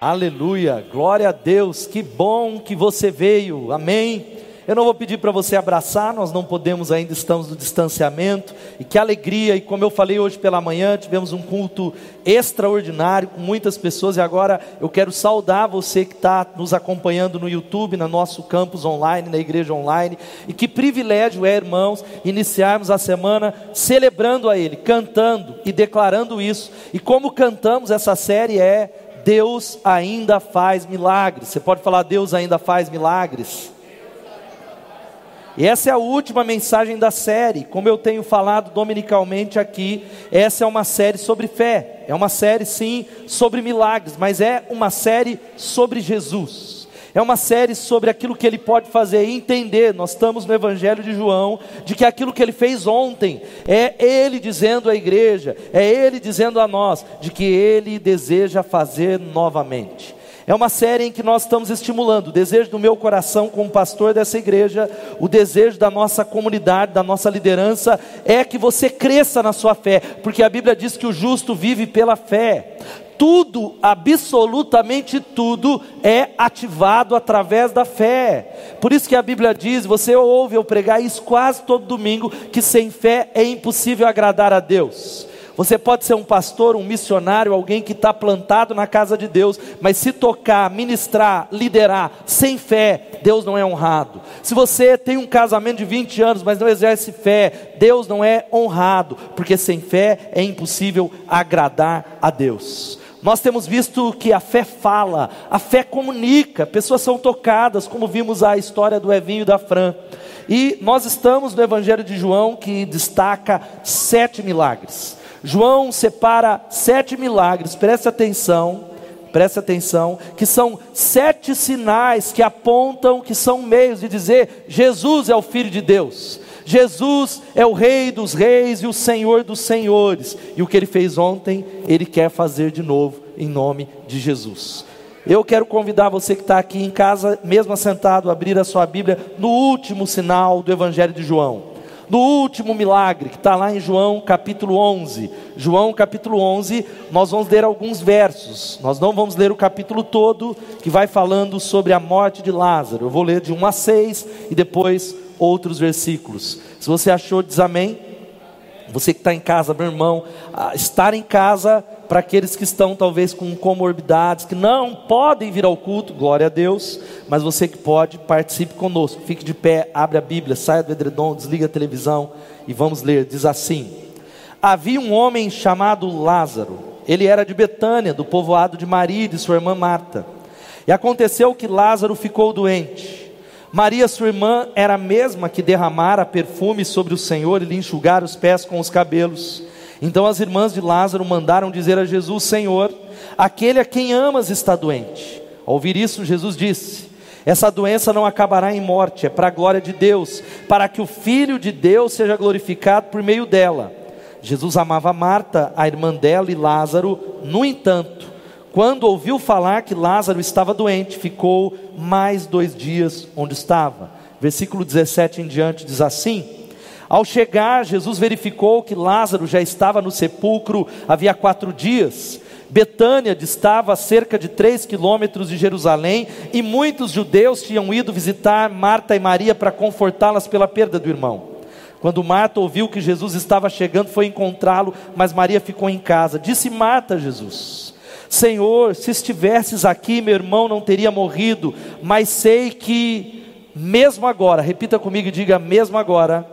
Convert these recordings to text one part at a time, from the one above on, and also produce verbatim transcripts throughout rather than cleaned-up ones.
Aleluia, glória a Deus, que bom que você veio, amém. Eu não vou pedir para você abraçar, nós não podemos ainda, estamos no distanciamento. E que alegria, e como eu falei hoje pela manhã, tivemos um culto extraordinário com muitas pessoas. E agora eu quero saudar você que está nos acompanhando no YouTube, no nosso campus online, na igreja online. E que privilégio é, irmãos, iniciarmos a semana celebrando a Ele, cantando e declarando isso. E como cantamos, essa série é Deus ainda faz milagres. Você pode falar, Deus ainda faz milagres? E essa é a última mensagem da série. Como eu tenho falado dominicalmente aqui, essa é uma série sobre fé. É uma série sim sobre milagres, mas é uma série sobre Jesus. É uma série sobre aquilo que Ele pode fazer e entender. Nós estamos no Evangelho de João, de que aquilo que Ele fez ontem, é Ele dizendo à igreja, é Ele dizendo a nós, de que Ele deseja fazer novamente. É uma série em que nós estamos estimulando o desejo do meu coração como pastor dessa igreja, o desejo da nossa comunidade, da nossa liderança, é que você cresça na sua fé, porque a Bíblia diz que o justo vive pela fé. Tudo, absolutamente tudo, é ativado através da fé. Por isso que a Bíblia diz, você ouve eu pregar isso quase todo domingo, que sem fé é impossível agradar a Deus. Você pode ser um pastor, um missionário, alguém que está plantado na casa de Deus, mas se tocar, ministrar, liderar, sem fé, Deus não é honrado. Se você tem um casamento de vinte anos, mas não exerce fé, Deus não é honrado, porque sem fé é impossível agradar a Deus. Nós temos visto que a fé fala, a fé comunica, pessoas são tocadas, como vimos a história do Evinho e da Fran. E nós estamos no Evangelho de João, que destaca sete milagres. João separa sete milagres, preste atenção, preste atenção, que são sete sinais que apontam, que são meios de dizer, Jesus é o Filho de Deus, Jesus é o Rei dos reis e o Senhor dos senhores, e o que Ele fez ontem, Ele quer fazer de novo, em nome de Jesus. Eu quero convidar você que está aqui em casa, mesmo assentado, a abrir a sua Bíblia, no último sinal do Evangelho de João. No último milagre, que está lá em João capítulo onze. João capítulo onze, nós vamos ler alguns versos. Nós não vamos ler o capítulo todo, que vai falando sobre a morte de Lázaro. Eu vou ler de um a seis e depois outros versículos. Se você achou, diz amém. Você que está em casa, meu irmão, estar em casa, para aqueles que estão talvez com comorbidades, que não podem vir ao culto, glória a Deus, mas você que pode, participe conosco, fique de pé, abre a Bíblia, saia do edredom, desliga a televisão e vamos ler. Diz assim: havia um homem chamado Lázaro, ele era de Betânia, do povoado de Maria e de sua irmã Marta, e aconteceu que Lázaro ficou doente. Maria, sua irmã, era a mesma que derramara perfume sobre o Senhor e lhe enxugara os pés com os cabelos. Então as irmãs de Lázaro mandaram dizer a Jesus: Senhor, aquele a quem amas está doente. Ao ouvir isso, Jesus disse: essa doença não acabará em morte, é para a glória de Deus, para que o Filho de Deus seja glorificado por meio dela. Jesus amava Marta, a irmã dela, e Lázaro. No entanto, quando ouviu falar que Lázaro estava doente, ficou mais dois dias onde estava. Versículo dezessete em diante diz assim: ao chegar, Jesus verificou que Lázaro já estava no sepulcro havia quatro dias. Betânia distava a cerca de três quilômetros de Jerusalém, e muitos judeus tinham ido visitar Marta e Maria para confortá-las pela perda do irmão. Quando Marta ouviu que Jesus estava chegando, foi encontrá-lo, mas Maria ficou em casa. Disse Marta a Jesus: Senhor, se estivesses aqui, meu irmão não teria morrido, mas sei que mesmo agora, repita comigo e diga: mesmo agora,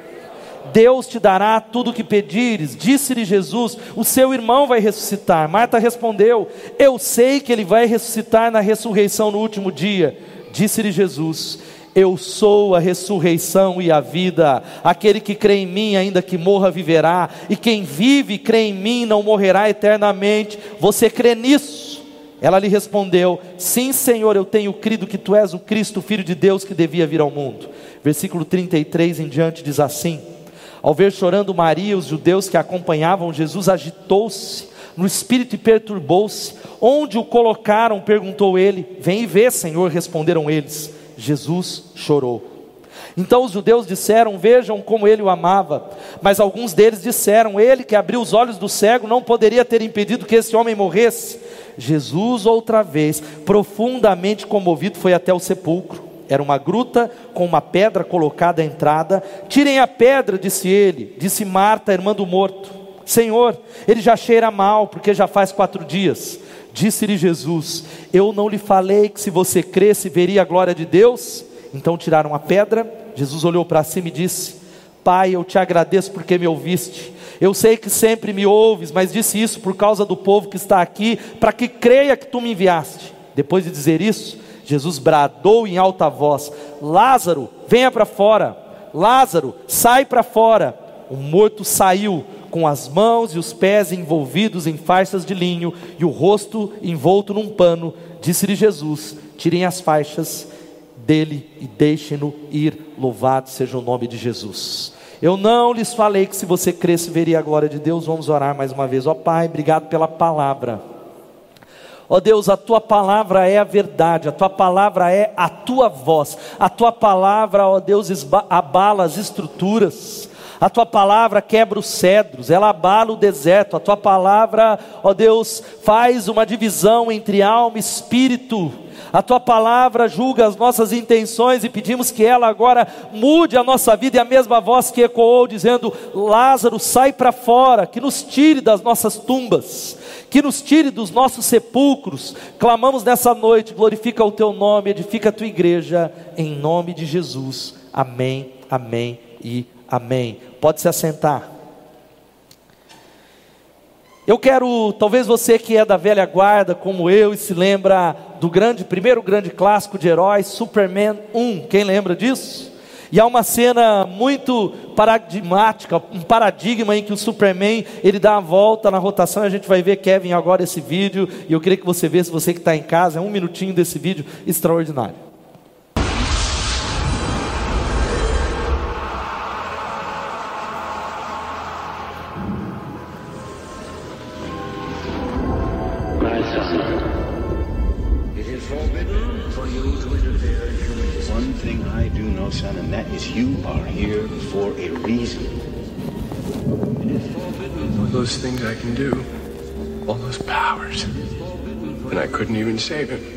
Deus te dará tudo o que pedires. Disse-lhe Jesus: o seu irmão vai ressuscitar. Marta respondeu: eu sei que ele vai ressuscitar na ressurreição no último dia. Disse-lhe Jesus: eu sou a ressurreição e a vida. Aquele que crê em mim, ainda que morra, viverá. E quem vive e crê em mim não morrerá eternamente. Você crê nisso? Ela lhe respondeu: sim, Senhor, eu tenho crido que tu és o Cristo, o Filho de Deus, que devia vir ao mundo. Versículo trinta e três em diante diz assim: ao ver chorando Maria, os judeus que acompanhavam Jesus, agitou-se no espírito e perturbou-se. Onde o colocaram? Perguntou ele. Vem e vê, Senhor, responderam eles. Jesus chorou. Então os judeus disseram: vejam como ele o amava. Mas alguns deles disseram: ele que abriu os olhos do cego não poderia ter impedido que esse homem morresse. Jesus outra vez, profundamente comovido, foi até o sepulcro. Era uma gruta com uma pedra colocada à entrada. Tirem a pedra, disse ele. Disse Marta, irmã do morto: Senhor, ele já cheira mal, porque já faz quatro dias. Disse-lhe Jesus: eu não lhe falei que se você cresce veria a glória de Deus? Então tiraram a pedra. Jesus olhou para cima e disse: Pai, eu te agradeço porque me ouviste. Eu sei que sempre me ouves, mas disse isso por causa do povo que está aqui, para que creia que tu me enviaste. Depois de dizer isso, Jesus bradou em alta voz: Lázaro, venha para fora. Lázaro, sai para fora. O morto saiu, com as mãos e os pés envolvidos em faixas de linho, e o rosto envolto num pano. Disse-lhe Jesus: tirem as faixas dele e deixem-no ir. Louvado seja o nome de Jesus. Eu não lhes falei que se você cresce veria a glória de Deus? Vamos orar mais uma vez. Ó Pai, obrigado pela palavra. Ó Deus, a Tua palavra é a verdade, a Tua palavra é a Tua voz, a Tua palavra, ó Deus, abala as estruturas, a Tua palavra quebra os cedros, ela abala o deserto, a Tua palavra, ó Deus, faz uma divisão entre alma e espírito. A Tua palavra julga as nossas intenções e pedimos que ela agora mude a nossa vida. E a mesma voz que ecoou dizendo: Lázaro, sai para fora, que nos tire das nossas tumbas, que nos tire dos nossos sepulcros. Clamamos nessa noite, glorifica o Teu nome, edifica a Tua igreja, em nome de Jesus. Amém, amém e amém. Pode se assentar. Eu quero, talvez você que é da velha guarda como eu e se lembra do grande, primeiro grande clássico de heróis, Superman um, quem lembra disso? E há uma cena muito paradigmática, um paradigma em que o Superman, ele dá a volta na rotação, e a gente vai ver, Kevin, agora esse vídeo, e eu queria que você visse, você que está em casa, é um minutinho desse vídeo extraordinário. Son, and that is you are here for a reason. All those things I can do, all those powers, and I couldn't even save him.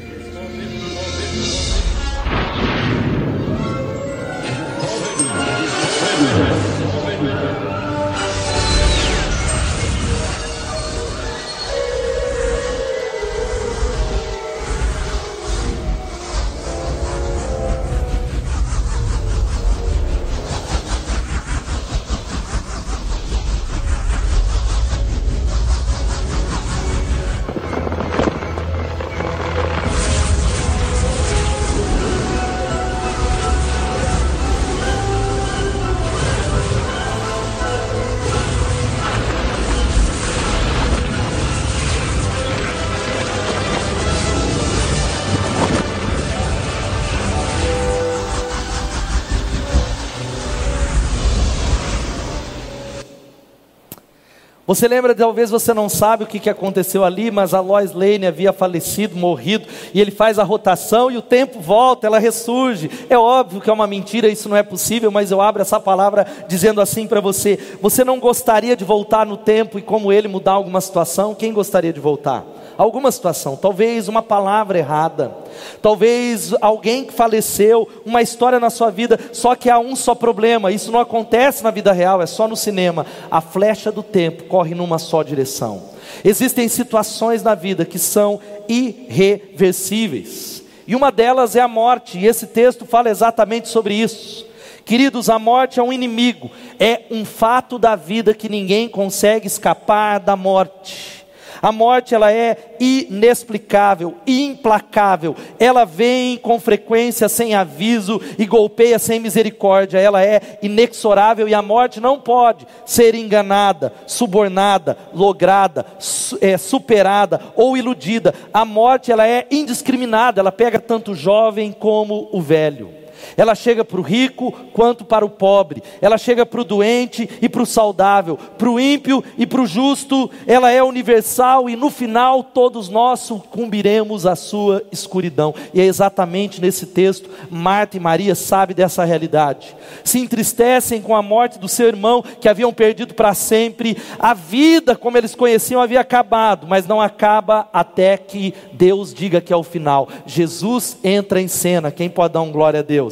Você lembra, talvez você não sabe o que, que aconteceu ali, mas a Lois Lane havia falecido, morrido, e ele faz a rotação e o tempo volta, ela ressurge. É óbvio que é uma mentira, isso não é possível, mas eu abro essa palavra dizendo assim para você: você não gostaria de voltar no tempo e como ele mudar alguma situação? Quem gostaria de voltar? Alguma situação, talvez uma palavra errada, talvez alguém que faleceu, uma história na sua vida, só que há um só problema, isso não acontece na vida real, é só no cinema. A flecha do tempo corre numa só direção. Existem situações na vida que são irreversíveis, e uma delas é a morte, e esse texto fala exatamente sobre isso. Queridos, a morte é um inimigo, é um fato da vida que ninguém consegue escapar da morte. A morte, ela é inexplicável, implacável, ela vem com frequência sem aviso e golpeia sem misericórdia, ela é inexorável, e a morte não pode ser enganada, subornada, lograda, é, superada ou iludida. A morte, ela é indiscriminada, ela pega tanto o jovem como o velho. Ela chega para o rico quanto para o pobre. Ela chega para o doente e para o saudável, para o ímpio e para o justo. Ela é universal e no final todos nós sucumbiremos à sua escuridão. E é exatamente nesse texto, Marta e Maria sabem dessa realidade. Se entristecem com a morte do seu irmão que haviam perdido para sempre. A vida como eles conheciam havia acabado, mas não acaba até que Deus diga que é o final. Jesus entra em cena. Quem pode dar um glória a Deus?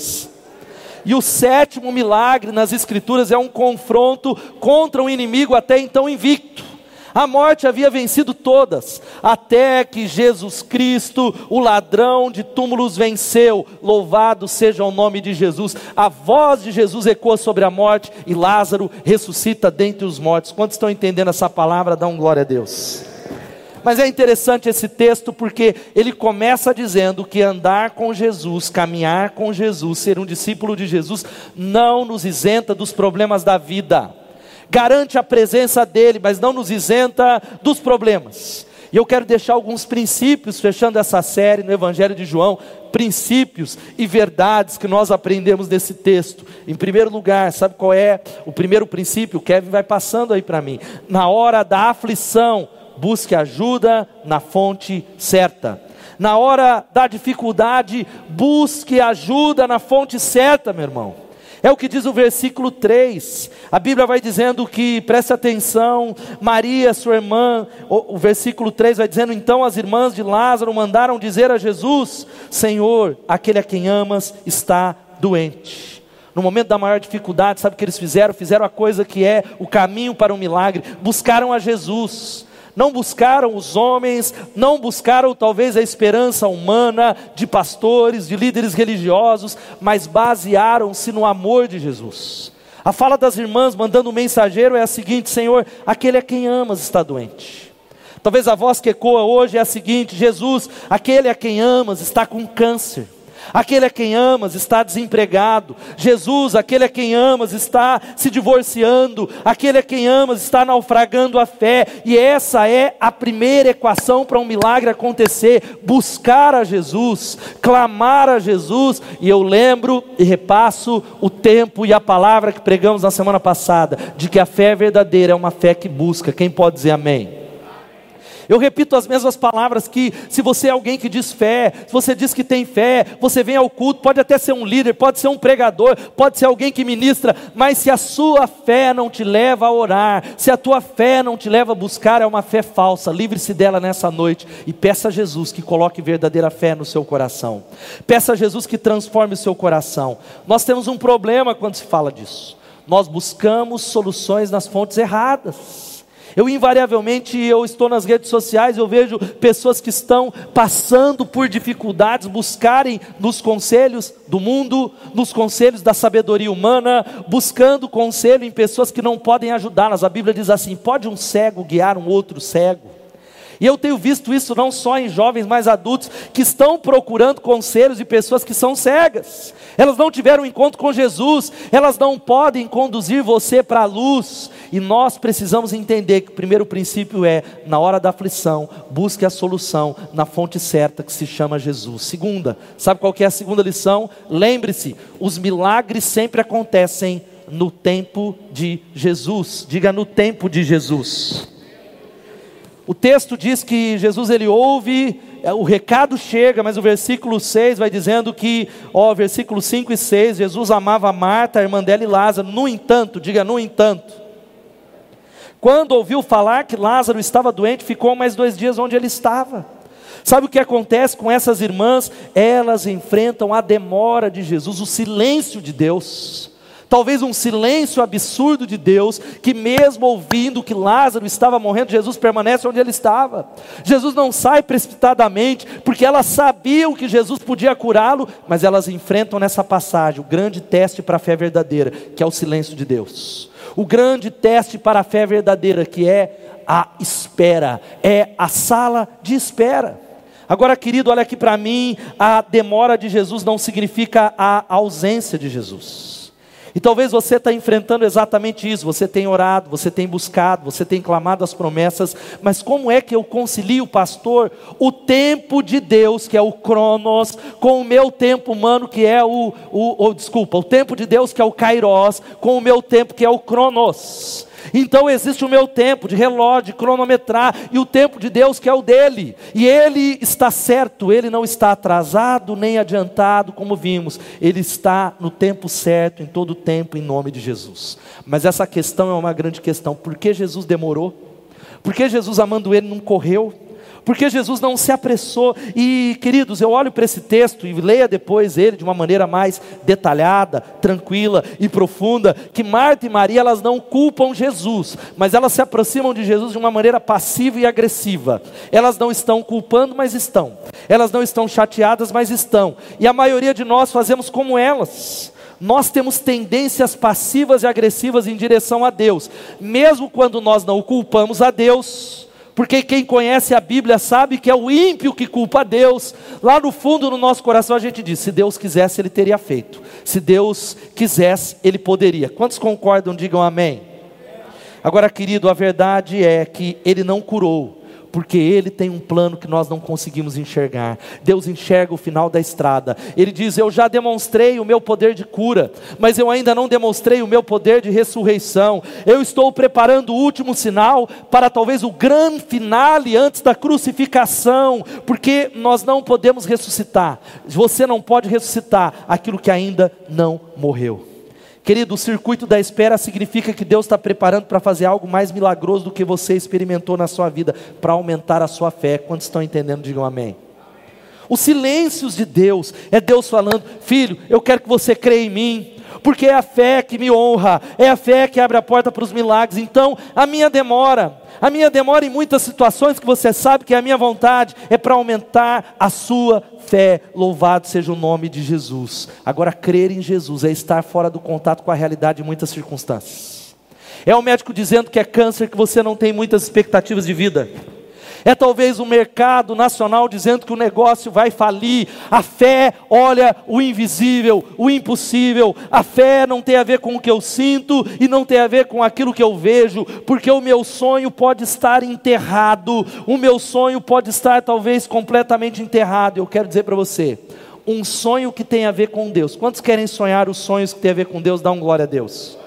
E o sétimo milagre nas escrituras é um confronto contra um inimigo até então invicto. A morte havia vencido todas, até que Jesus Cristo, o ladrão de túmulos, venceu. Louvado seja o nome de Jesus. A voz de Jesus ecoa sobre a morte e Lázaro ressuscita dentre os mortos. Quantos estão entendendo essa palavra? Dá um glória a Deus. Mas é interessante esse texto porque ele começa dizendo que andar com Jesus, caminhar com Jesus, ser um discípulo de Jesus, não nos isenta dos problemas da vida. Garante a presença dele, mas não nos isenta dos problemas. E eu quero deixar alguns princípios, fechando essa série no Evangelho de João, princípios e verdades que nós aprendemos nesse texto. Em primeiro lugar, sabe qual é o primeiro princípio? O Kevin vai passando aí para mim. Na hora da aflição, busque ajuda na fonte certa. Na hora da dificuldade, busque ajuda na fonte certa, meu irmão. É o que diz o versículo três. A Bíblia vai dizendo que, preste atenção, Maria, sua irmã, o, o versículo três vai dizendo: então as irmãs de Lázaro mandaram dizer a Jesus: Senhor, aquele a quem amas está doente. No momento da maior dificuldade, sabe o que eles fizeram? Fizeram a coisa que é o caminho para o milagre. Buscaram a Jesus. Não buscaram os homens, não buscaram talvez a esperança humana de pastores, de líderes religiosos, mas basearam-se no amor de Jesus. A fala das irmãs mandando um mensageiro é a seguinte: Senhor, aquele a quem amas está doente. Talvez a voz que ecoa hoje é a seguinte: Jesus, aquele a quem amas está com câncer. Aquele a quem amas está desempregado. Jesus, aquele a quem amas está se divorciando. Aquele a quem amas está naufragando a fé. E essa é a primeira equação para um milagre acontecer: buscar a Jesus, clamar a Jesus. E eu lembro e repasso o tempo e a palavra que pregamos na semana passada, de que a fé verdadeira é uma fé que busca. Quem pode dizer amém? Eu repito as mesmas palavras que, se você é alguém que diz fé, se você diz que tem fé, você vem ao culto, pode até ser um líder, pode ser um pregador, pode ser alguém que ministra, mas se a sua fé não te leva a orar, se a tua fé não te leva a buscar, é uma fé falsa. Livre-se dela nessa noite e peça a Jesus que coloque verdadeira fé no seu coração. Peça a Jesus que transforme o seu coração. Nós temos um problema quando se fala disso. Nós buscamos soluções nas fontes erradas. Eu invariavelmente, eu estou nas redes sociais, eu vejo pessoas que estão passando por dificuldades, buscarem nos conselhos do mundo, nos conselhos da sabedoria humana, buscando conselho em pessoas que não podem ajudá-las. A Bíblia diz assim: pode um cego guiar um outro cego? E eu tenho visto isso não só em jovens, mas adultos, que estão procurando conselhos de pessoas que são cegas. Elas não tiveram um encontro com Jesus, elas não podem conduzir você para a luz. E nós precisamos entender que o primeiro princípio é: na hora da aflição, busque a solução na fonte certa, que se chama Jesus. Segunda, sabe qual que é a segunda lição? Lembre-se, os milagres sempre acontecem no tempo de Jesus. Diga: no tempo de Jesus. O texto diz que Jesus, ele ouve, o recado chega, mas o versículo seis vai dizendo que, ó, versículos cinco e seis, Jesus amava Marta, a irmã dela, e Lázaro. No entanto, diga no entanto, quando ouviu falar que Lázaro estava doente, ficou mais dois dias onde ele estava. Sabe o que acontece com essas irmãs? Elas enfrentam a demora de Jesus, o silêncio de Deus. Talvez um silêncio absurdo de Deus, que mesmo ouvindo que Lázaro estava morrendo, Jesus permanece onde ele estava. Jesus não sai precipitadamente, porque elas sabiam que Jesus podia curá-lo, mas elas enfrentam nessa passagem o grande teste para a fé verdadeira, que é o silêncio de Deus. O grande teste para a fé verdadeira, que é a espera, é a sala de espera. Agora, querido, olha aqui para mim, a demora de Jesus não significa a ausência de Jesus. E talvez você está enfrentando exatamente isso. Você tem orado, você tem buscado, você tem clamado as promessas. Mas como é que eu concilio, pastor, o tempo de Deus, que é o Cronos, com o meu tempo humano, que é o, o, o desculpa, o tempo de Deus, que é o Kairos, com o meu tempo, que é o Cronos? Então existe o meu tempo de relógio, de cronometrar, e o tempo de Deus, que é o dele. E ele está certo, ele não está atrasado nem adiantado, como vimos. Ele está no tempo certo, em todo o tempo, em nome de Jesus. Mas essa questão é uma grande questão. Por que Jesus demorou? Por que Jesus, amando ele, não correu? Porque Jesus não se apressou? E queridos, eu olho para esse texto e leia depois ele de uma maneira mais detalhada, tranquila e profunda, que Marta e Maria, elas não culpam Jesus, mas elas se aproximam de Jesus de uma maneira passiva e agressiva. Elas não estão culpando, mas estão. Elas não estão chateadas, mas estão. E a maioria de nós fazemos como elas. Nós temos tendências passivas e agressivas em direção a Deus, mesmo quando nós não culpamos a Deus. Porque quem conhece a Bíblia sabe que é o ímpio que culpa a Deus. Lá no fundo, no nosso coração, a gente diz: se Deus quisesse, Ele teria feito. Se Deus quisesse, Ele poderia. Quantos concordam? Digam amém. Agora, querido, a verdade é que Ele não curou, porque Ele tem um plano que nós não conseguimos enxergar. Deus enxerga o final da estrada. Ele diz: eu já demonstrei o meu poder de cura, mas eu ainda não demonstrei o meu poder de ressurreição. Eu estou preparando o último sinal para talvez o grande finale antes da crucificação, porque nós não podemos ressuscitar. Você não pode ressuscitar aquilo que ainda não morreu. Querido, o circuito da espera significa que Deus está preparando para fazer algo mais milagroso do que você experimentou na sua vida, para aumentar a sua fé. Quantos estão entendendo? Digam amém. Os silêncios de Deus, é Deus falando: filho, eu quero que você creia em mim, porque é a fé que me honra, é a fé que abre a porta para os milagres. Então, a minha demora, a minha demora em muitas situações que você sabe que a minha vontade é para aumentar a sua fé. Louvado seja o nome de Jesus. Agora, crer em Jesus é estar fora do contato com a realidade em muitas circunstâncias. É o médico dizendo que é câncer, que você não tem muitas expectativas de vida. É talvez o mercado nacional dizendo que o negócio vai falir. A fé olha o invisível, o impossível. A fé não tem a ver com o que eu sinto e não tem a ver com aquilo que eu vejo, porque o meu sonho pode estar enterrado. O meu sonho pode estar talvez completamente enterrado. Eu quero dizer para você, um sonho que tem a ver com Deus. Quantos querem sonhar os sonhos que tem a ver com Deus? Dá um glória a Deus.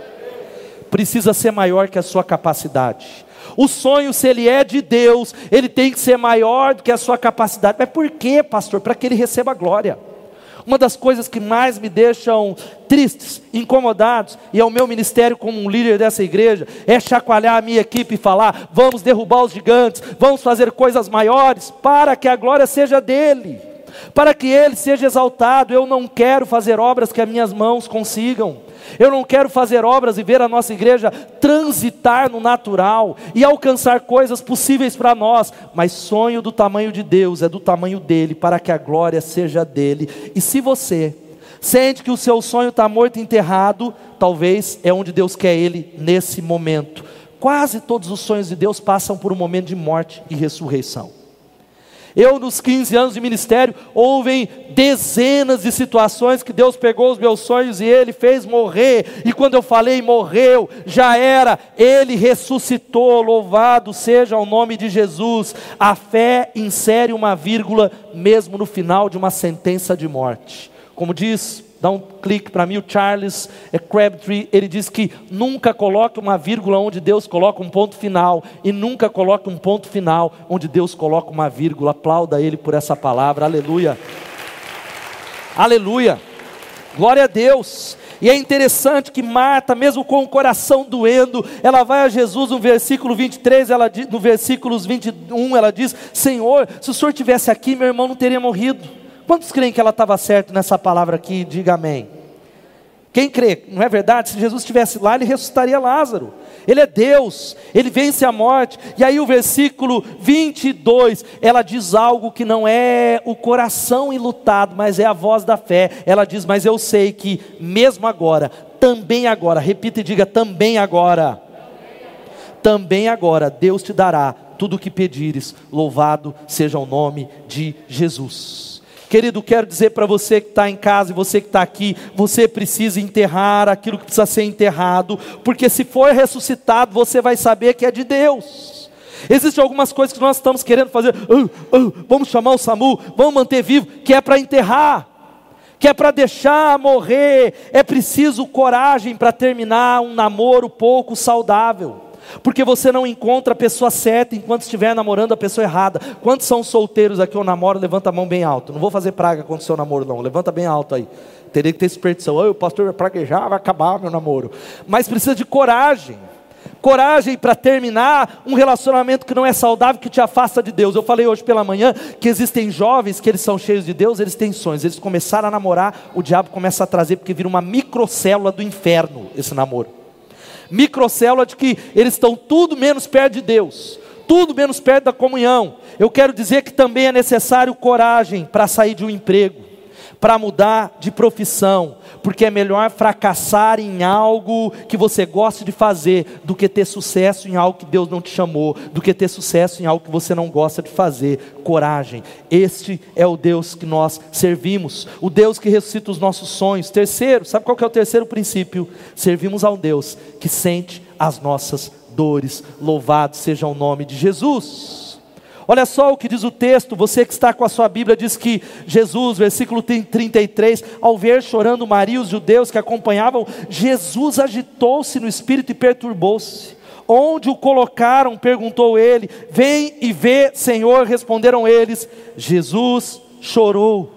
Precisa ser maior que a sua capacidade. O sonho, se ele é de Deus, ele tem que ser maior do que a sua capacidade. Mas por quê, pastor? Para que ele receba glória. Uma das coisas que mais me deixam tristes, incomodados, e é o meu ministério como um líder dessa igreja, é chacoalhar a minha equipe e falar: vamos derrubar os gigantes, vamos fazer coisas maiores, para que a glória seja dele, para que ele seja exaltado. Eu não quero fazer obras que as minhas mãos consigam. Eu não quero fazer obras e ver a nossa igreja transitar no natural e alcançar coisas possíveis para nós, mas sonho do tamanho de Deus é do tamanho dele, para que a glória seja dele. E se você sente que o seu sonho está morto e enterrado, talvez é onde Deus quer ele nesse momento. Quase todos os sonhos de Deus passam por um momento de morte e ressurreição. Eu, nos quinze anos de ministério, houve dezenas de situações que Deus pegou os meus sonhos e Ele fez morrer. E quando eu falei morreu, já era, Ele ressuscitou. Louvado seja o nome de Jesus. A fé insere uma vírgula mesmo no final de uma sentença de morte. Como diz, dá um clique para mim, o Charles Crabtree, ele diz que nunca coloque uma vírgula onde Deus coloca um ponto final, e nunca coloque um ponto final onde Deus coloca uma vírgula. Aplauda Ele por essa palavra, aleluia, aleluia, glória a Deus. E é interessante que Marta, mesmo com o coração doendo, ela vai a Jesus no versículo vinte e três, ela diz, no versículos vinte e um, ela diz: Senhor, se o Senhor estivesse aqui, meu irmão não teria morrido. Quantos creem que ela estava certa nessa palavra aqui? Diga amém. Quem crê? Não é verdade? Se Jesus estivesse lá, Ele ressuscitaria Lázaro. Ele é Deus, Ele vence a morte. E aí o versículo vinte e dois, ela diz algo que não é o coração enlutado, mas é a voz da fé. Ela diz: mas eu sei que mesmo agora, também agora, repita e diga: também agora, também agora, Deus te dará tudo o que pedires. Louvado seja o nome de Jesus. Querido, quero dizer para você que está em casa e você que está aqui, você precisa enterrar aquilo que precisa ser enterrado, porque se for ressuscitado, você vai saber que é de Deus. Existem algumas coisas que nós estamos querendo fazer, uh, uh, vamos chamar o SAMU, vamos manter vivo, que é para enterrar, que é para deixar morrer. É preciso coragem para terminar um namoro pouco saudável, porque você não encontra a pessoa certa enquanto estiver namorando a pessoa errada. Quantos são solteiros aqui ou namoram? Levanta a mão bem alto. Não vou fazer praga contra o seu namoro não, levanta bem alto aí. Teria que ter superstição, o pastor vai praguejar, vai acabar meu namoro. Mas precisa de coragem. Coragem para terminar um relacionamento que não é saudável, que te afasta de Deus. Eu falei hoje pela manhã que existem jovens que eles são cheios de Deus, eles têm sonhos. Eles começaram a namorar, o diabo começa a trazer, porque vira uma microcélula do inferno esse namoro. Microcélula de que eles estão tudo menos perto de Deus, tudo menos perto da comunhão. Eu quero dizer que também é necessário coragem para sair de um emprego, para mudar de profissão, porque é melhor fracassar em algo que você gosta de fazer, do que ter sucesso em algo que Deus não te chamou, do que ter sucesso em algo que você não gosta de fazer. Coragem, este é o Deus que nós servimos, o Deus que ressuscita os nossos sonhos. Terceiro, sabe qual que é o terceiro princípio? Servimos a um Deus que sente as nossas dores. Louvado seja o nome de Jesus. Olha só o que diz o texto, você que está com a sua Bíblia, diz que Jesus, versículo trinta e três, ao ver chorando Maria e os judeus que acompanhavam, Jesus agitou-se no espírito e perturbou-se. Onde o colocaram? Perguntou ele. Vem e vê, Senhor, responderam eles. Jesus chorou.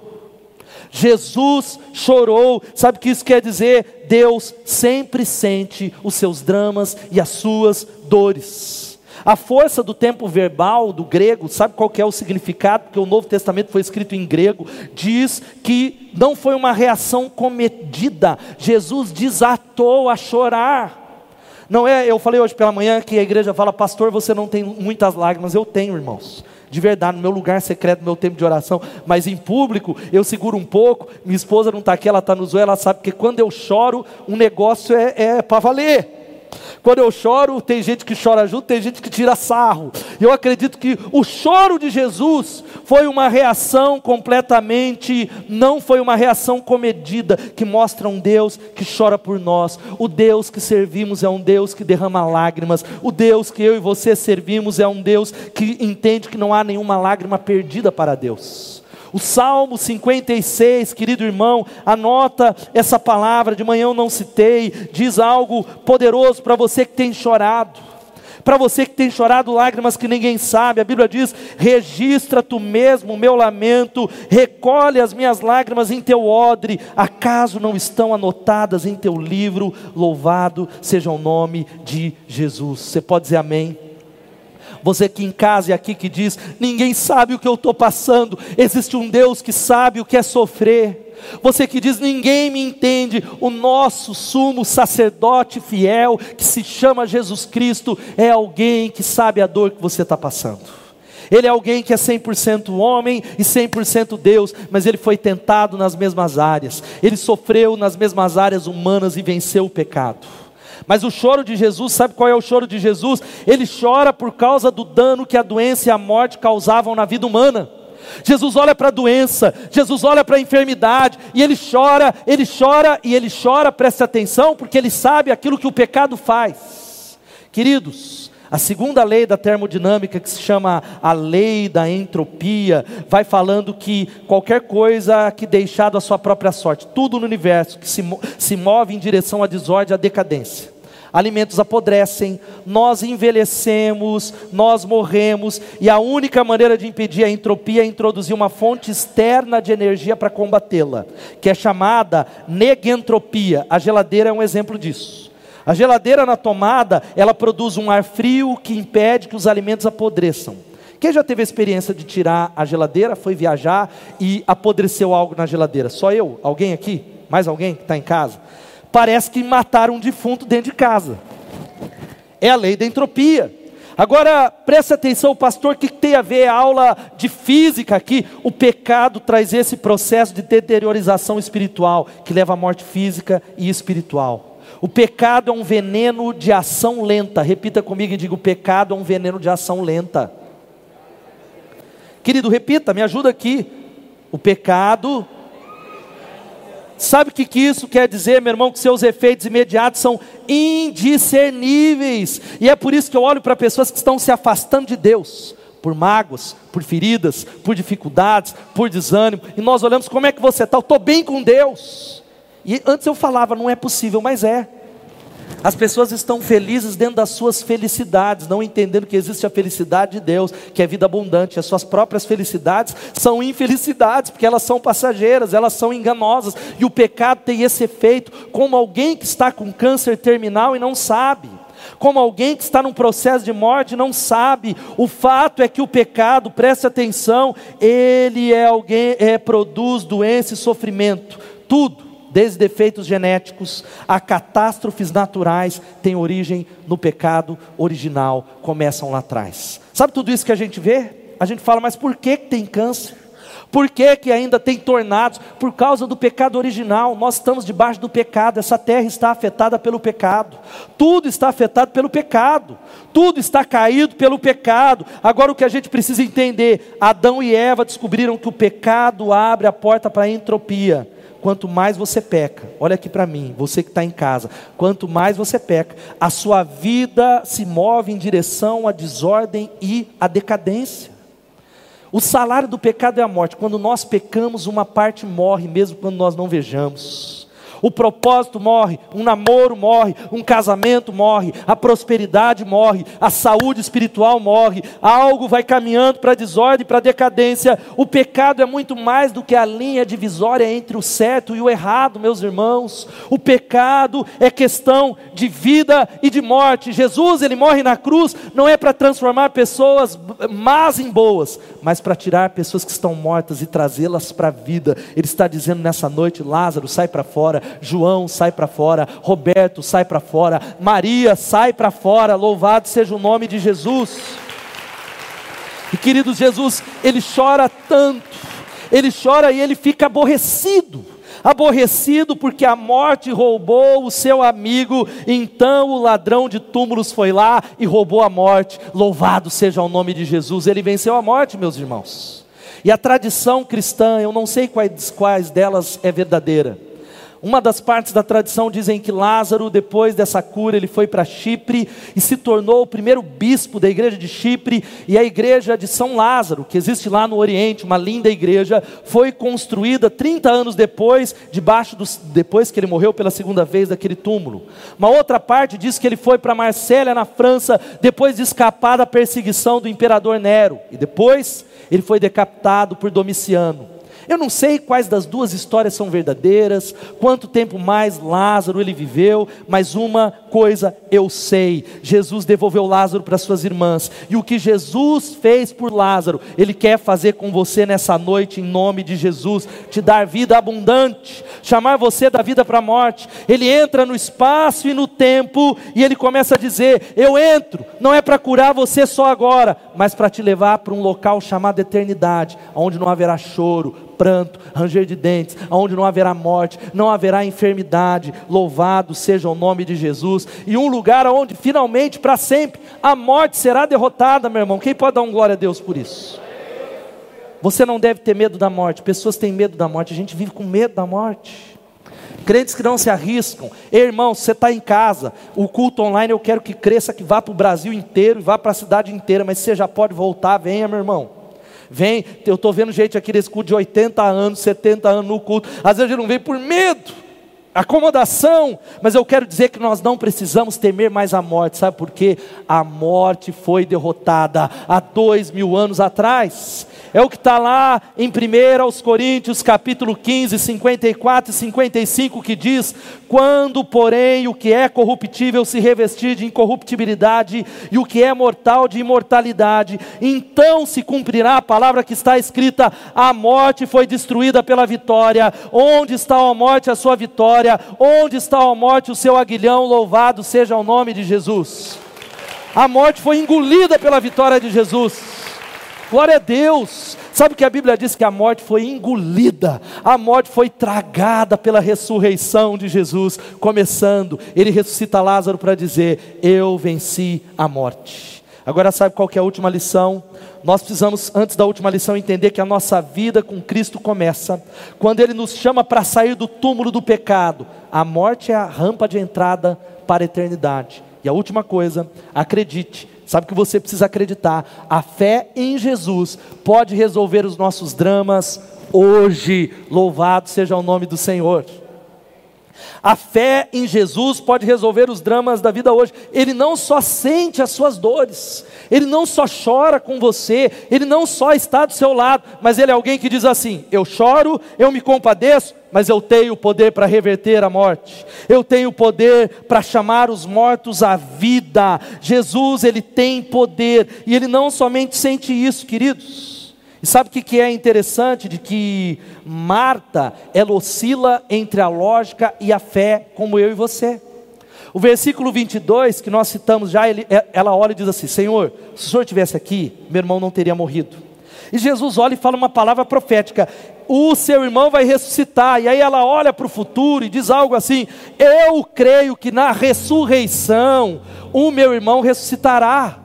Jesus chorou. Sabe o que isso quer dizer? Deus sempre sente os seus dramas e as suas dores. A força do tempo verbal do grego, sabe qual que é o significado? Porque o Novo Testamento foi escrito em grego. Diz que não foi uma reação comedida. Jesus desatou a chorar. Não é, eu falei hoje pela manhã que a igreja fala, pastor, você não tem muitas lágrimas. Eu tenho, irmãos, de verdade, no meu lugar secreto, no meu tempo de oração. Mas em público, eu seguro um pouco. Minha esposa não está aqui, ela está no zoio, ela sabe que quando eu choro, o negócio é, é para valer. Quando eu choro, tem gente que chora junto, tem gente que tira sarro. Eu acredito que o choro de Jesus foi uma reação completamente, não foi uma reação comedida, que mostra um Deus que chora por nós. O Deus que servimos é um Deus que derrama lágrimas. O Deus que eu e você servimos é um Deus que entende que não há nenhuma lágrima perdida para Deus. O Salmo cinquenta e seis, querido irmão, anota essa palavra, de manhã eu não citei, diz algo poderoso para você que tem chorado, para você que tem chorado lágrimas que ninguém sabe. A Bíblia diz, registra tu mesmo o meu lamento, recolhe as minhas lágrimas em teu odre, acaso não estão anotadas em teu livro? Louvado seja o nome de Jesus. Você pode dizer amém? Você que em casa e aqui que diz, ninguém sabe o que eu estou passando, existe um Deus que sabe o que é sofrer. Você que diz, ninguém me entende, o nosso sumo sacerdote fiel, que se chama Jesus Cristo, é alguém que sabe a dor que você está passando. Ele é alguém que é cem por cento homem e cem por cento Deus, mas ele foi tentado nas mesmas áreas, ele sofreu nas mesmas áreas humanas e venceu o pecado. Mas o choro de Jesus, sabe qual é o choro de Jesus? Ele chora por causa do dano que a doença e a morte causavam na vida humana. Jesus olha para a doença, Jesus olha para a enfermidade, e ele chora, ele chora e ele chora, preste atenção, porque ele sabe aquilo que o pecado faz. Queridos, a segunda lei da termodinâmica, que se chama a lei da entropia, vai falando que qualquer coisa que deixado à sua própria sorte, tudo no universo que se, se move em direção à desordem, à decadência. Alimentos apodrecem, nós envelhecemos, nós morremos, e a única maneira de impedir a entropia é introduzir uma fonte externa de energia para combatê-la, que é chamada negentropia. A geladeira é um exemplo disso. A geladeira na tomada, ela produz um ar frio que impede que os alimentos apodreçam. Quem já teve a experiência de tirar a geladeira, foi viajar e apodreceu algo na geladeira? Só eu? Alguém aqui? Mais alguém que está em casa? Parece que mataram um defunto dentro de casa. É a lei da entropia. Agora, preste atenção, pastor, o que tem a ver a aula de física aqui? O pecado traz esse processo de deteriorização espiritual, que leva à morte física e espiritual. O pecado é um veneno de ação lenta. Repita comigo e diga, o pecado é um veneno de ação lenta. Querido, repita, me ajuda aqui. O pecado... Sabe o que, que isso quer dizer, meu irmão? Que seus efeitos imediatos são indiscerníveis. E é por isso que eu olho para pessoas que estão se afastando de Deus, por mágoas, por feridas, por dificuldades, por desânimo. E nós olhamos, como é que você está? Eu estou bem com Deus. E antes eu falava, não é possível, mas é. As pessoas estão felizes dentro das suas felicidades, não entendendo que existe a felicidade de Deus, que é vida abundante. As suas próprias felicidades são infelicidades, porque elas são passageiras, elas são enganosas. E o pecado tem esse efeito, como alguém que está com câncer terminal e não sabe, como alguém que está num processo de morte e não sabe. O fato é que o pecado, preste atenção, ele é alguém, é, produz doença e sofrimento, tudo. Desde defeitos genéticos a catástrofes naturais, tem origem no pecado original, começam lá atrás. Sabe tudo isso que a gente vê? A gente fala, mas por que que tem câncer? Por que que ainda tem tornados? Por causa do pecado original. Nós estamos debaixo do pecado, essa terra está afetada pelo pecado. Tudo está afetado pelo pecado. Tudo está caído pelo pecado. Agora o que a gente precisa entender, Adão e Eva descobriram que o pecado abre a porta para a entropia. Quanto mais você peca, olha aqui para mim, você que está em casa, quanto mais você peca, a sua vida se move em direção à desordem e à decadência. O salário do pecado é a morte. Quando nós pecamos, uma parte morre, mesmo quando nós não vejamos. O propósito morre, um namoro morre, um casamento morre, a prosperidade morre, a saúde espiritual morre, algo vai caminhando para a desordem, para a decadência. O pecado é muito mais do que a linha divisória entre o certo e o errado, meus irmãos. O pecado é questão de vida e de morte. Jesus, ele morre na cruz, não é para transformar pessoas más em boas, mas para tirar pessoas que estão mortas e trazê-las para a vida. Ele está dizendo nessa noite, Lázaro, sai para fora. João, sai para fora. Roberto, sai para fora. Maria, sai para fora. Louvado seja o nome de Jesus. E queridos, Jesus, ele chora tanto, ele chora e ele fica aborrecido, aborrecido porque a morte roubou o seu amigo. Então o ladrão de túmulos foi lá e roubou a morte. Louvado seja o nome de Jesus. Ele venceu a morte, meus irmãos. E a tradição cristã, eu não sei quais, quais delas é verdadeira. Uma das partes da tradição dizem que Lázaro, depois dessa cura, ele foi para Chipre e se tornou o primeiro bispo da igreja de Chipre. E a igreja de São Lázaro, que existe lá no Oriente, uma linda igreja, foi construída trinta anos depois, debaixo dos, depois que ele morreu pela segunda vez daquele túmulo. Uma outra parte diz que ele foi para Marsella, na França, depois de escapar da perseguição do imperador Nero. E depois ele foi decapitado por Domiciano. Eu não sei quais das duas histórias são verdadeiras, quanto tempo mais Lázaro ele viveu, mas uma coisa eu sei: Jesus devolveu Lázaro para suas irmãs, e o que Jesus fez por Lázaro, Ele quer fazer com você nessa noite, em nome de Jesus, te dar vida abundante, chamar você da vida para a morte. Ele entra no espaço e no tempo, e Ele começa a dizer: eu entro, não é para curar você só agora, mas para te levar para um local chamado eternidade, onde não haverá choro, pranto, ranger de dentes, onde não haverá morte, não haverá enfermidade. Louvado seja o nome de Jesus. E um lugar onde finalmente, para sempre, a morte será derrotada, meu irmão. Quem pode dar um glória a Deus por isso? Você não deve ter medo da morte. Pessoas têm medo da morte, a gente vive com medo da morte. Crentes que não se arriscam. Ei, irmão, você está em casa, o culto online eu quero que cresça, que vá para o Brasil inteiro e vá para a cidade inteira, mas você já pode voltar, venha, meu irmão. Vem, eu estou vendo gente aqui nesse culto de oitenta anos, setenta anos no culto. Às vezes a gente não vem por medo, acomodação. Mas eu quero dizer que nós não precisamos temer mais a morte. Sabe por quê? A morte foi derrotada há dois mil anos atrás. É o que está lá em primeira Coríntios capítulo quinze, cinquenta e quatro e cinquenta e cinco, que diz: quando porém o que é corruptível se revestir de incorruptibilidade, e o que é mortal de imortalidade, então se cumprirá a palavra que está escrita: a morte foi destruída pela vitória. Onde está a morte, a sua vitória? Onde está a morte, o seu aguilhão? Louvado seja o nome de Jesus. A morte foi engolida pela vitória de Jesus. Glória a Deus. Sabe que a Bíblia diz que a morte foi engolida, a morte foi tragada pela ressurreição de Jesus. Começando, Ele ressuscita Lázaro para dizer: eu venci a morte. Agora sabe qual que é a última lição? Nós precisamos, antes da última lição, entender que a nossa vida com Cristo começa quando Ele nos chama para sair do túmulo do pecado. A morte é a rampa de entrada para a eternidade. E a última coisa, acredite, sabe o que você precisa acreditar? A fé em Jesus pode resolver os nossos dramas hoje. Louvado seja o nome do Senhor. A fé em Jesus pode resolver os dramas da vida hoje. Ele não só sente as suas dores, Ele não só chora com você, Ele não só está do seu lado, mas Ele é alguém que diz assim: eu choro, eu me compadeço, mas eu tenho o poder para reverter a morte, eu tenho o poder para chamar os mortos à vida. Jesus, Ele tem poder, e Ele não somente sente isso, queridos. E sabe o que é interessante? De que Marta, ela oscila entre a lógica e a fé, como eu e você. O versículo vinte e dois, que nós citamos já, ele, ela olha e diz assim: Senhor, se o Senhor estivesse aqui, meu irmão não teria morrido. E Jesus olha e fala uma palavra profética: o seu irmão vai ressuscitar. E aí ela olha para o futuro e diz algo assim: eu creio que na ressurreição, o meu irmão ressuscitará.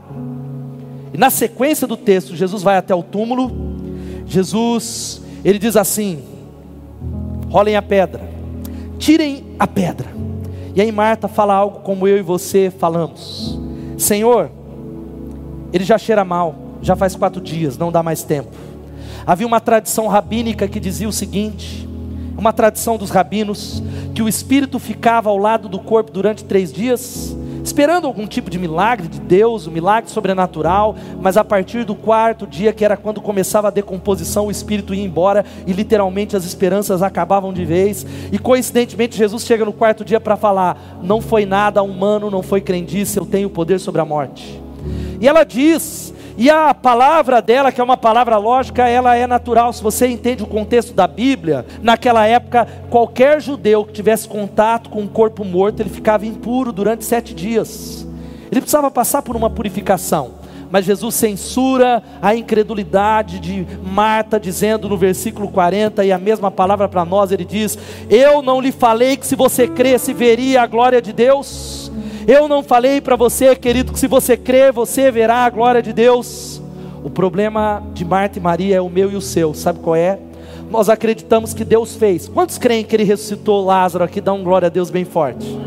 E na sequência do texto, Jesus vai até o túmulo. Jesus, ele diz assim: rolem a pedra, tirem a pedra. E aí Marta fala algo como eu e você falamos: Senhor, ele já cheira mal, já faz quatro dias, não dá mais tempo. Havia uma tradição rabínica que dizia o seguinte, uma tradição dos rabinos, que o espírito ficava ao lado do corpo durante três dias, esperando algum tipo de milagre de Deus, um milagre sobrenatural, mas a partir do quarto dia, que era quando começava a decomposição, o espírito ia embora, e literalmente as esperanças acabavam de vez. E coincidentemente Jesus chega no quarto dia para falar: não foi nada humano, não foi crendice, eu tenho poder sobre a morte. E ela diz, e a palavra dela, que é uma palavra lógica, ela é natural. Se você entende o contexto da Bíblia, naquela época, qualquer judeu que tivesse contato com um corpo morto, ele ficava impuro durante sete dias. Ele precisava passar por uma purificação. Mas Jesus censura a incredulidade de Marta, dizendo no versículo quarenta, e a mesma palavra para nós, ele diz: eu não lhe falei que se você cresce, veria a glória de Deus? Eu não falei para você, querido, que se você crer, você verá a glória de Deus? O problema de Marta e Maria é o meu e o seu, sabe qual é? Nós acreditamos que Deus fez. Quantos creem que Ele ressuscitou Lázaro aqui? Dá um glória a Deus bem forte.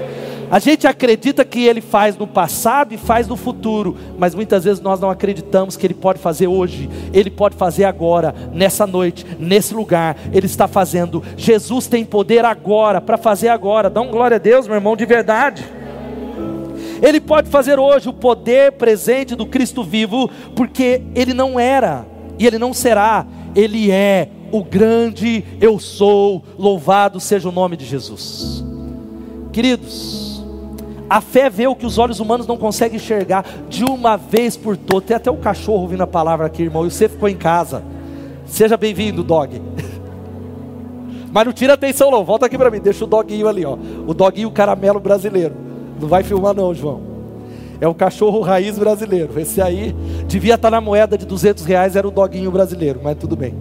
A gente acredita que Ele faz no passado e faz no futuro, mas muitas vezes nós não acreditamos que Ele pode fazer hoje. Ele pode fazer agora, nessa noite, nesse lugar. Ele está fazendo. Jesus tem poder agora, para fazer agora. Dá um glória a Deus, meu irmão, de verdade. Ele pode fazer hoje o poder presente do Cristo vivo, porque Ele não era, e Ele não será, Ele é o grande eu sou. Louvado seja o nome de Jesus. Queridos, a fé vê o que os olhos humanos não conseguem enxergar, de uma vez por todas. Tem até o cachorro ouvindo a palavra aqui, irmão, e você ficou em casa. Seja bem-vindo, dog. Mas não tira atenção não, volta aqui para mim, deixa o doguinho ali, ó. O doguinho caramelo brasileiro. Não vai filmar não, João. É o cachorro raiz brasileiro. Esse aí devia estar na moeda de duzentos reais, era o doguinho brasileiro, mas tudo bem.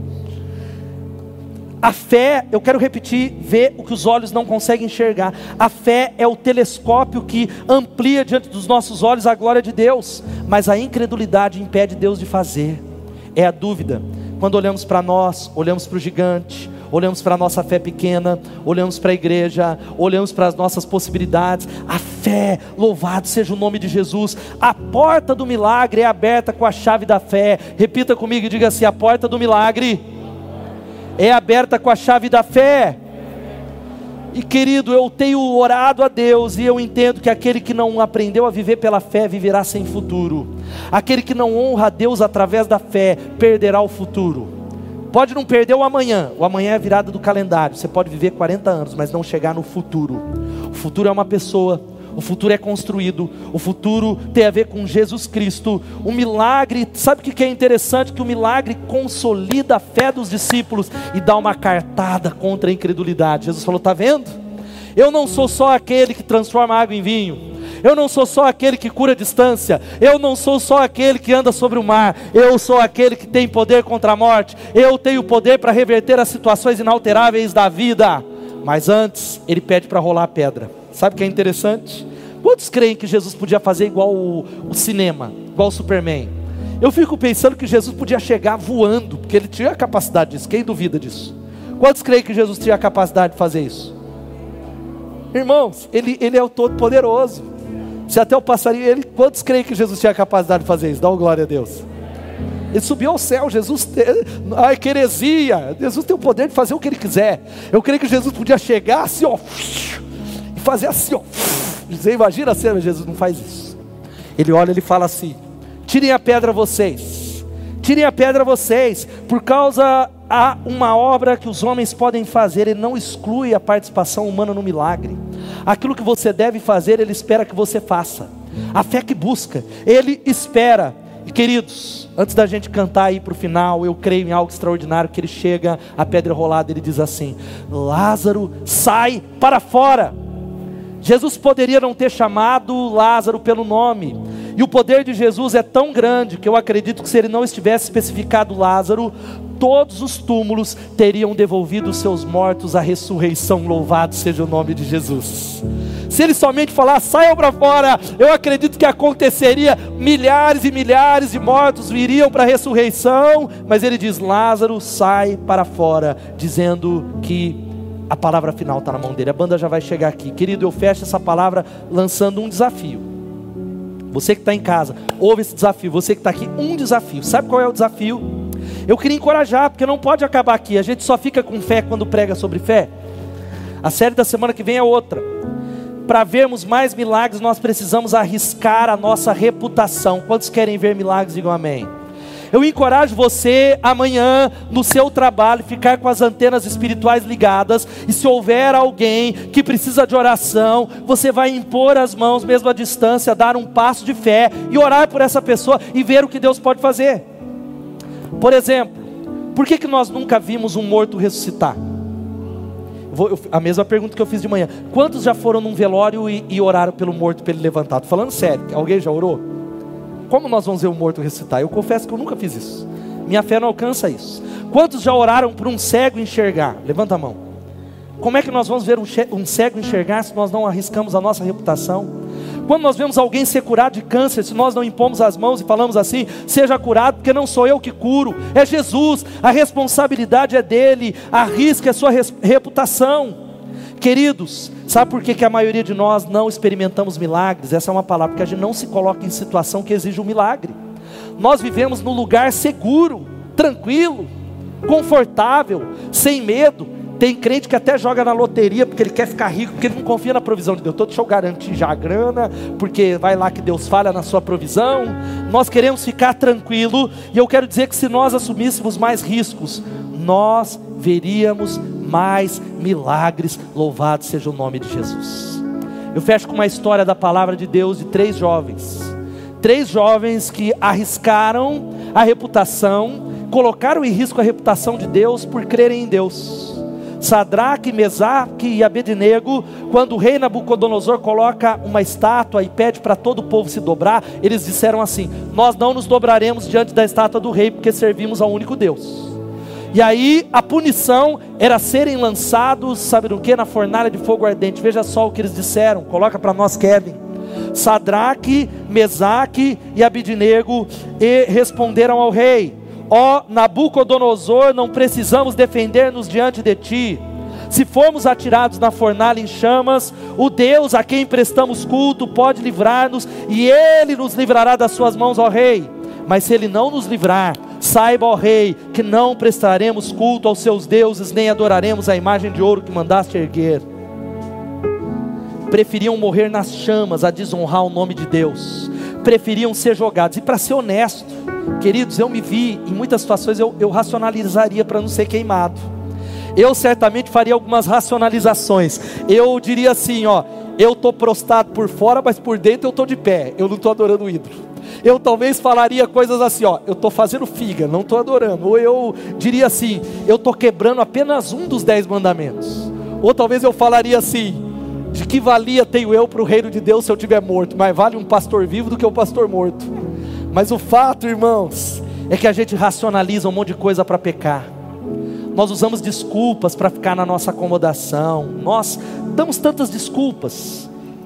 A fé, eu quero repetir, vê o que os olhos não conseguem enxergar. A fé é o telescópio que amplia diante dos nossos olhos a glória de Deus, mas a incredulidade impede Deus de fazer. É a dúvida. Quando olhamos para nós, olhamos para o gigante, olhamos para a nossa fé pequena, olhamos para a igreja, olhamos para as nossas possibilidades. A fé, louvado seja o nome de Jesus. A porta do milagre é aberta com a chave da fé. Repita comigo e diga assim: a porta do milagre é aberta com a chave da fé. E querido, eu tenho orado a Deus, e eu entendo que aquele que não aprendeu a viver pela fé, viverá sem futuro. Aquele que não honra a Deus através da fé, perderá o futuro. Pode não perder o amanhã, o amanhã é a virada do calendário. Você pode viver quarenta anos, mas não chegar no futuro. O futuro é uma pessoa, o futuro é construído, o futuro tem a ver com Jesus Cristo. O milagre, sabe o que é interessante? Que o milagre consolida a fé dos discípulos e dá uma cartada contra a incredulidade. Jesus falou: está vendo? Eu não sou só aquele que transforma água em vinho, eu não sou só aquele que cura a distância, eu não sou só aquele que anda sobre o mar, eu sou aquele que tem poder contra a morte, eu tenho poder para reverter as situações inalteráveis da vida. Mas antes, ele pede para rolar a pedra. Sabe o que é interessante? Quantos creem que Jesus podia fazer igual o, o cinema, igual o Superman? Eu fico pensando que Jesus podia chegar voando, porque ele tinha a capacidade disso. Quem duvida disso? Quantos creem que Jesus tinha a capacidade de fazer isso? Irmãos, ele, ele é o Todo-Poderoso. Se até o passarinho, ele, quantos creem que Jesus tinha a capacidade de fazer isso? Dá uma glória a Deus. Ele subiu ao céu, Jesus, ai que heresia, Jesus tem o poder de fazer o que ele quiser. Eu creio que Jesus podia chegar assim, ó, e fazer assim, ó. Você imagina a cena, Jesus não faz isso. Ele olha, ele fala assim: tirem a pedra vocês, tirem a pedra vocês, por causa há uma obra que os homens podem fazer. Ele não exclui a participação humana no milagre. Aquilo que você deve fazer, ele espera que você faça. A fé que busca, ele espera. E queridos, antes da gente cantar aí para o final, eu creio em algo extraordinário, que ele chega, a pedra rolada, ele diz assim: Lázaro, sai para fora. Jesus poderia não ter chamado Lázaro pelo nome, e o poder de Jesus é tão grande, que eu acredito que se ele não estivesse especificado Lázaro, todos os túmulos teriam devolvido os seus mortos à ressurreição. Louvado seja o nome de Jesus. Se ele somente falar, saiam para fora, eu acredito que aconteceria, milhares e milhares de mortos viriam para a ressurreição, mas ele diz: Lázaro, sai para fora, dizendo que a palavra final está na mão dele. A banda já vai chegar aqui. Querido, eu fecho essa palavra lançando um desafio. Você que está em casa, ouve esse desafio. Você que está aqui, um desafio. Sabe qual é o desafio? Eu queria encorajar, porque não pode acabar aqui. A gente só fica com fé quando prega sobre fé. A série da semana que vem é outra. Para vermos mais milagres, nós precisamos arriscar a nossa reputação. Quantos querem ver milagres, digam amém. Eu encorajo você amanhã no seu trabalho, ficar com as antenas espirituais ligadas, e se houver alguém que precisa de oração, você vai impor as mãos mesmo à distância, dar um passo de fé e orar por essa pessoa e ver o que Deus pode fazer. Por exemplo, por que que nós nunca vimos um morto ressuscitar? Vou, eu, a mesma pergunta que eu fiz de manhã: quantos já foram num velório e, e oraram pelo morto, para ele levantar? Estou falando sério, alguém já orou? Como nós vamos ver o morto ressuscitar? Eu confesso que eu nunca fiz isso. Minha fé não alcança isso. Quantos já oraram por um cego enxergar? Levanta a mão. Como é que nós vamos ver um, um cego enxergar se nós não arriscamos a nossa reputação? Quando nós vemos alguém ser curado de câncer, se nós não impomos as mãos e falamos assim: seja curado, porque não sou eu que curo, é Jesus, a responsabilidade é dele, arrisque a sua reputação. Queridos, sabe por que que a maioria de nós não experimentamos milagres? Essa é uma palavra, porque a gente não se coloca em situação que exige um milagre. Nós vivemos num lugar seguro, tranquilo, confortável, sem medo. Tem crente que até joga na loteria porque ele quer ficar rico, porque ele não confia na provisão de Deus. Então deixa eu garantir já a grana, porque vai lá que Deus falha na sua provisão. Nós queremos ficar tranquilo, e eu quero dizer que se nós assumíssemos mais riscos, nós veríamos mais milagres. Louvado seja o nome de Jesus. Eu fecho com uma história da palavra de Deus de três jovens. Três jovens que arriscaram a reputação, colocaram em risco a reputação de Deus por crerem em Deus. Sadraque, Mesaque e Abednego, quando o rei Nabucodonosor coloca uma estátua e pede para todo o povo se dobrar, eles disseram assim: nós não nos dobraremos diante da estátua do rei, porque servimos ao único Deus. E aí a punição era serem lançados, sabe no que? Na fornalha de fogo ardente. Veja só o que eles disseram, coloca para nós, Kevin. Sadraque, Mesaque e Abednego e responderam ao rei: ó Nabucodonosor, não precisamos defender-nos diante de ti. Se formos atirados na fornalha em chamas, o Deus a quem prestamos culto pode livrar-nos, e Ele nos livrará das suas mãos, ó rei. Mas se Ele não nos livrar, saiba, ó rei, que não prestaremos culto aos seus deuses, nem adoraremos a imagem de ouro que mandaste erguer. Preferiam morrer nas chamas a desonrar o nome de Deus. Preferiam ser jogados. E para ser honesto, queridos, eu me vi, em muitas situações eu, eu racionalizaria para não ser queimado. Eu certamente faria algumas racionalizações. Eu diria assim, ó: eu estou prostrado por fora, mas por dentro eu estou de pé, eu não estou adorando o ídolo. Eu talvez falaria coisas assim, ó: eu estou fazendo figa, não estou adorando. Ou eu diria assim: eu estou quebrando apenas um dos dez mandamentos. Ou talvez eu falaria assim: de que valia tenho eu para o reino de Deus se eu estiver morto? Mais vale um pastor vivo do que um pastor morto. Mas o fato, irmãos, é que a gente racionaliza um monte de coisa para pecar. Nós usamos desculpas para ficar na nossa acomodação. Nós damos tantas desculpas.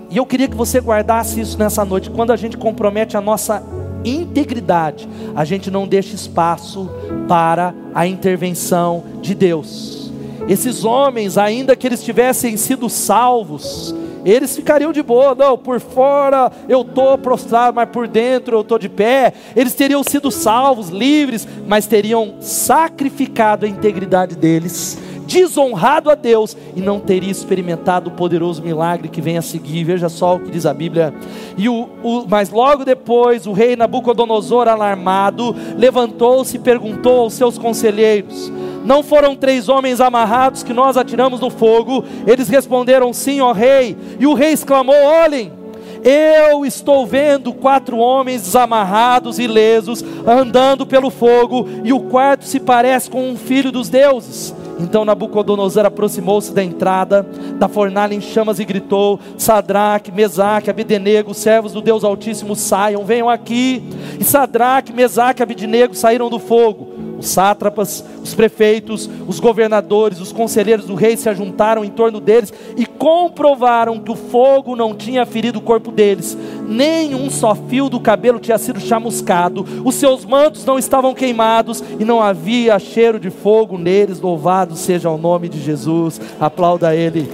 E eu queria que você guardasse isso nessa noite. Quando a gente compromete a nossa integridade, a gente não deixa espaço para a intervenção de Deus. Esses homens, ainda que eles tivessem sido salvos, eles ficariam de boa. Não, por fora eu estou prostrado, mas por dentro eu estou de pé. Eles teriam sido salvos, livres, mas teriam sacrificado a integridade deles, desonrado a Deus, e não teria experimentado o poderoso milagre que vem a seguir. Veja só o que diz a Bíblia. E o, o, mas logo depois o rei Nabucodonosor, alarmado, levantou-se e perguntou aos seus conselheiros: não foram três homens amarrados que nós atiramos no fogo? Eles responderam: sim, ó rei. E o rei exclamou: olhem, eu estou vendo quatro homens desamarrados e ilesos andando pelo fogo, e o quarto se parece com um filho dos deuses. Então Nabucodonosor aproximou-se da entrada da fornalha em chamas e gritou: Sadraque, Mesaque, Abdenego, servos do Deus Altíssimo, saiam, venham aqui. E Sadraque, Mesaque e Abdenego saíram do fogo. Os sátrapas, os prefeitos, os governadores, os conselheiros do rei se ajuntaram em torno deles e comprovaram que o fogo não tinha ferido o corpo deles, nem um só fio do cabelo tinha sido chamuscado, os seus mantos não estavam queimados e não havia cheiro de fogo neles. Louvado seja o nome de Jesus. Aplauda Ele.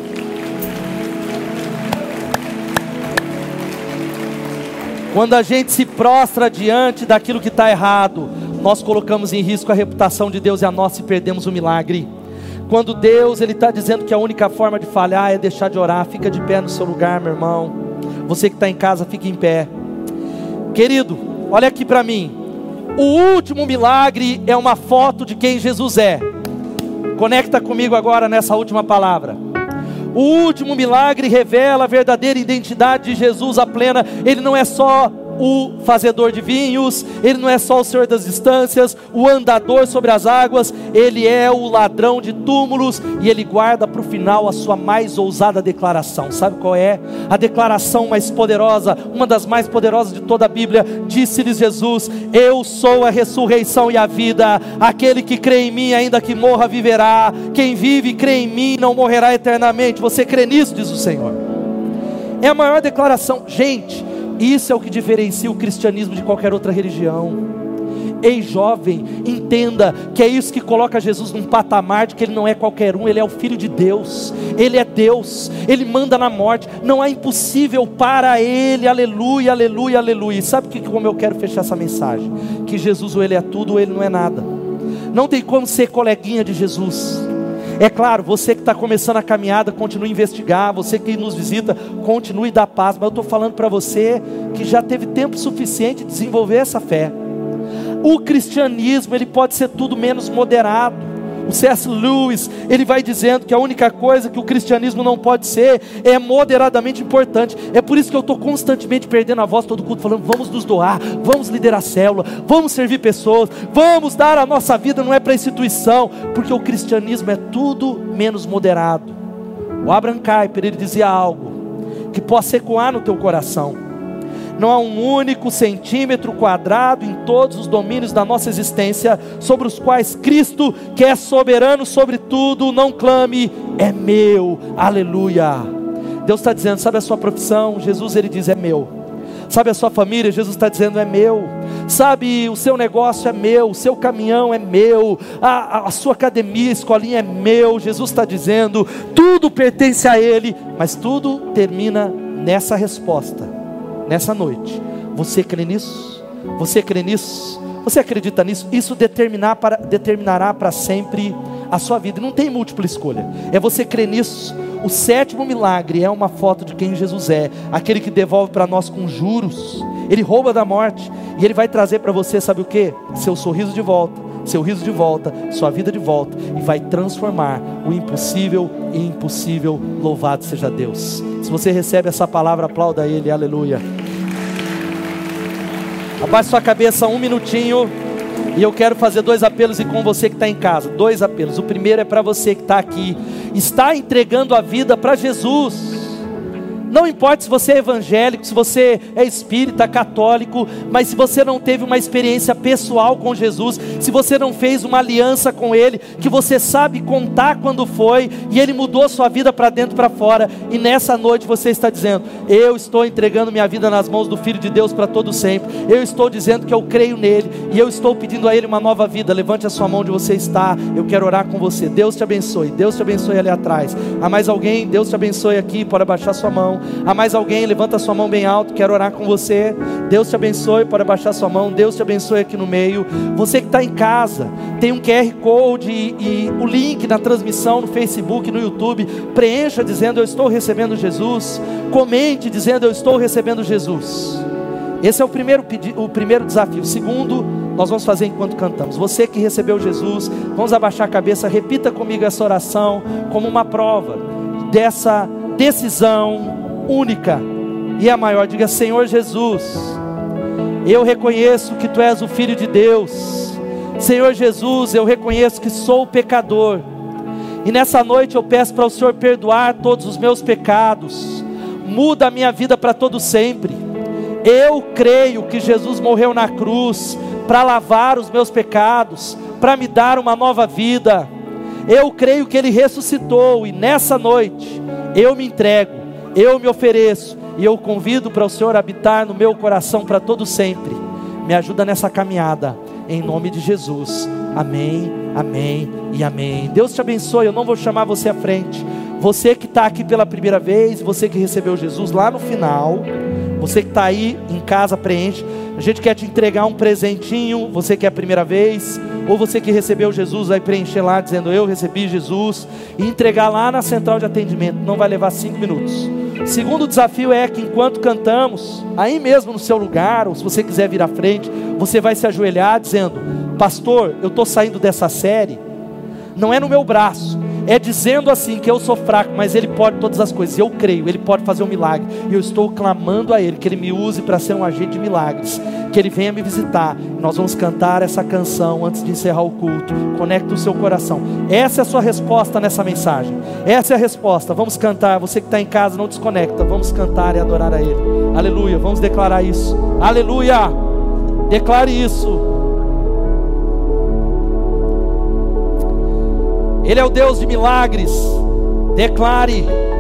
Quando a gente se prostra diante daquilo que está errado, nós colocamos em risco a reputação de Deus e a nossa, e perdemos o milagre. Quando Deus ele está dizendo que a única forma de falhar é deixar de orar, fica de pé no seu lugar, meu irmão. Você que está em casa, fique em pé. Querido, olha aqui para mim. O último milagre é uma foto de quem Jesus é. Conecta comigo agora nessa última palavra. O último milagre revela a verdadeira identidade de Jesus, a plena. Ele não é só o fazedor de vinhos, Ele não é só o Senhor das distâncias, o andador sobre as águas, Ele é o ladrão de túmulos, e Ele guarda para o final a sua mais ousada declaração. Sabe qual é? A declaração mais poderosa, uma das mais poderosas de toda a Bíblia. Disse-lhes Jesus: eu sou a ressurreição e a vida, aquele que crê em mim, ainda que morra, viverá. Quem vive e crê em mim não morrerá eternamente. Você crê nisso? Diz o Senhor. É a maior declaração. Gente, isso é o que diferencia o cristianismo de qualquer outra religião. Ei, jovem, entenda que é isso que coloca Jesus num patamar de que Ele não é qualquer um. Ele é o Filho de Deus, Ele é Deus, Ele manda na morte, não há impossível para Ele. Aleluia, aleluia, aleluia. E sabe que, como eu quero fechar essa mensagem? Que Jesus, ou Ele é tudo ou Ele não é nada. Não tem como ser coleguinha de Jesus. É claro, você que está começando a caminhada, continue a investigar. Você que nos visita, continue a dar paz. Mas eu estou falando para você que já teve tempo suficiente de desenvolver essa fé. O cristianismo, ele pode ser tudo menos moderado. O C S Lewis, ele vai dizendo que a única coisa que o cristianismo não pode ser é moderadamente importante. É por isso que eu estou constantemente perdendo a voz todo culto, falando: vamos nos doar, vamos liderar a célula, vamos servir pessoas, vamos dar a nossa vida, não é para instituição, porque o cristianismo é tudo menos moderado. O Abraham Kuyper, ele dizia algo que possa ecoar no teu coração: não há um único centímetro quadrado em todos os domínios da nossa existência sobre os quais Cristo, que é soberano sobre tudo, não clame: é meu. Aleluia. Deus está dizendo: sabe a sua profissão? Jesus, Ele diz: é meu. Sabe a sua família? Jesus está dizendo: é meu. Sabe, o seu negócio é meu, o seu caminhão é meu, a, a, a sua academia, a escolinha é meu. Jesus está dizendo: tudo pertence a Ele. Mas tudo termina nessa resposta. Nessa noite, você crê nisso? Você crê nisso? Você acredita nisso? Isso determinar para, determinará para sempre a sua vida. Não tem múltipla escolha. É você crer nisso. O sétimo milagre é uma foto de quem Jesus é. Aquele que devolve para nós com juros. Ele rouba da morte. E Ele vai trazer para você, sabe o que? Seu sorriso de volta, seu riso de volta, sua vida de volta. E vai transformar o impossível em impossível. Louvado seja Deus. Se você recebe essa palavra, aplauda Ele. Aleluia. Abaixe sua cabeça um minutinho. E eu quero fazer dois apelos, e com você que está em casa. Dois apelos. O primeiro é para você que está aqui, está entregando a vida para Jesus. Não importa se você é evangélico, se você é espírita, católico, mas se você não teve uma experiência pessoal com Jesus, se você não fez uma aliança com Ele, que você sabe contar quando foi, e Ele mudou sua vida para dentro e para fora, e nessa noite você está dizendo: eu estou entregando minha vida nas mãos do Filho de Deus para todo sempre, eu estou dizendo que eu creio nele, e eu estou pedindo a Ele uma nova vida. Levante a sua mão onde você está, eu quero orar com você. Deus te abençoe, Deus te abençoe ali atrás. Há mais alguém? Deus te abençoe aqui, pode abaixar sua mão. Há mais alguém? Levanta sua mão bem alto, quero orar com você. Deus te abençoe, pode abaixar sua mão. Deus te abençoe aqui no meio. Você que está em casa, tem um Q R Code e, e o link na transmissão no Facebook, no YouTube. Preencha dizendo: eu estou recebendo Jesus. Comente dizendo: eu estou recebendo Jesus. Esse é o primeiro, o primeiro desafio. O segundo, nós vamos fazer enquanto cantamos. Você que recebeu Jesus, vamos abaixar a cabeça, repita comigo essa oração como uma prova dessa decisão única e a maior. Diga: Senhor Jesus, eu reconheço que Tu és o Filho de Deus. Senhor Jesus, eu reconheço que sou pecador, e nessa noite eu peço para o Senhor perdoar todos os meus pecados. Muda a minha vida para todo sempre. Eu creio que Jesus morreu na cruz para lavar os meus pecados, para me dar uma nova vida. Eu creio que Ele ressuscitou, e nessa noite eu me entrego, eu me ofereço, e eu convido para o Senhor habitar no meu coração para todo sempre. Me ajuda nessa caminhada, em nome de Jesus. Amém, amém e amém. Deus te abençoe. Eu não vou chamar você à frente. Você que está aqui pela primeira vez, você que recebeu Jesus lá no final, você que está aí em casa, preenche. A gente quer te entregar um presentinho. Você que é a primeira vez, ou você que recebeu Jesus, vai preencher lá dizendo: eu recebi Jesus, e entregar lá na central de atendimento. Não vai levar cinco minutos. Segundo desafio é que enquanto cantamos, aí mesmo no seu lugar, ou se você quiser vir à frente, você vai se ajoelhar dizendo: pastor, eu estou saindo dessa série, não é no meu braço, é dizendo assim que eu sou fraco, mas Ele pode todas as coisas. Eu creio, Ele pode fazer um milagre, e eu estou clamando a Ele que Ele me use para ser um agente de milagres, que Ele venha me visitar. Nós vamos cantar essa canção antes de encerrar o culto. Conecta o seu coração. Essa é a sua resposta nessa mensagem. Essa é a resposta. Vamos cantar. Você que está em casa, não desconecta. Vamos cantar e adorar a Ele. Aleluia. Vamos declarar isso. Aleluia. Declare isso. Ele é o Deus de milagres. Declare.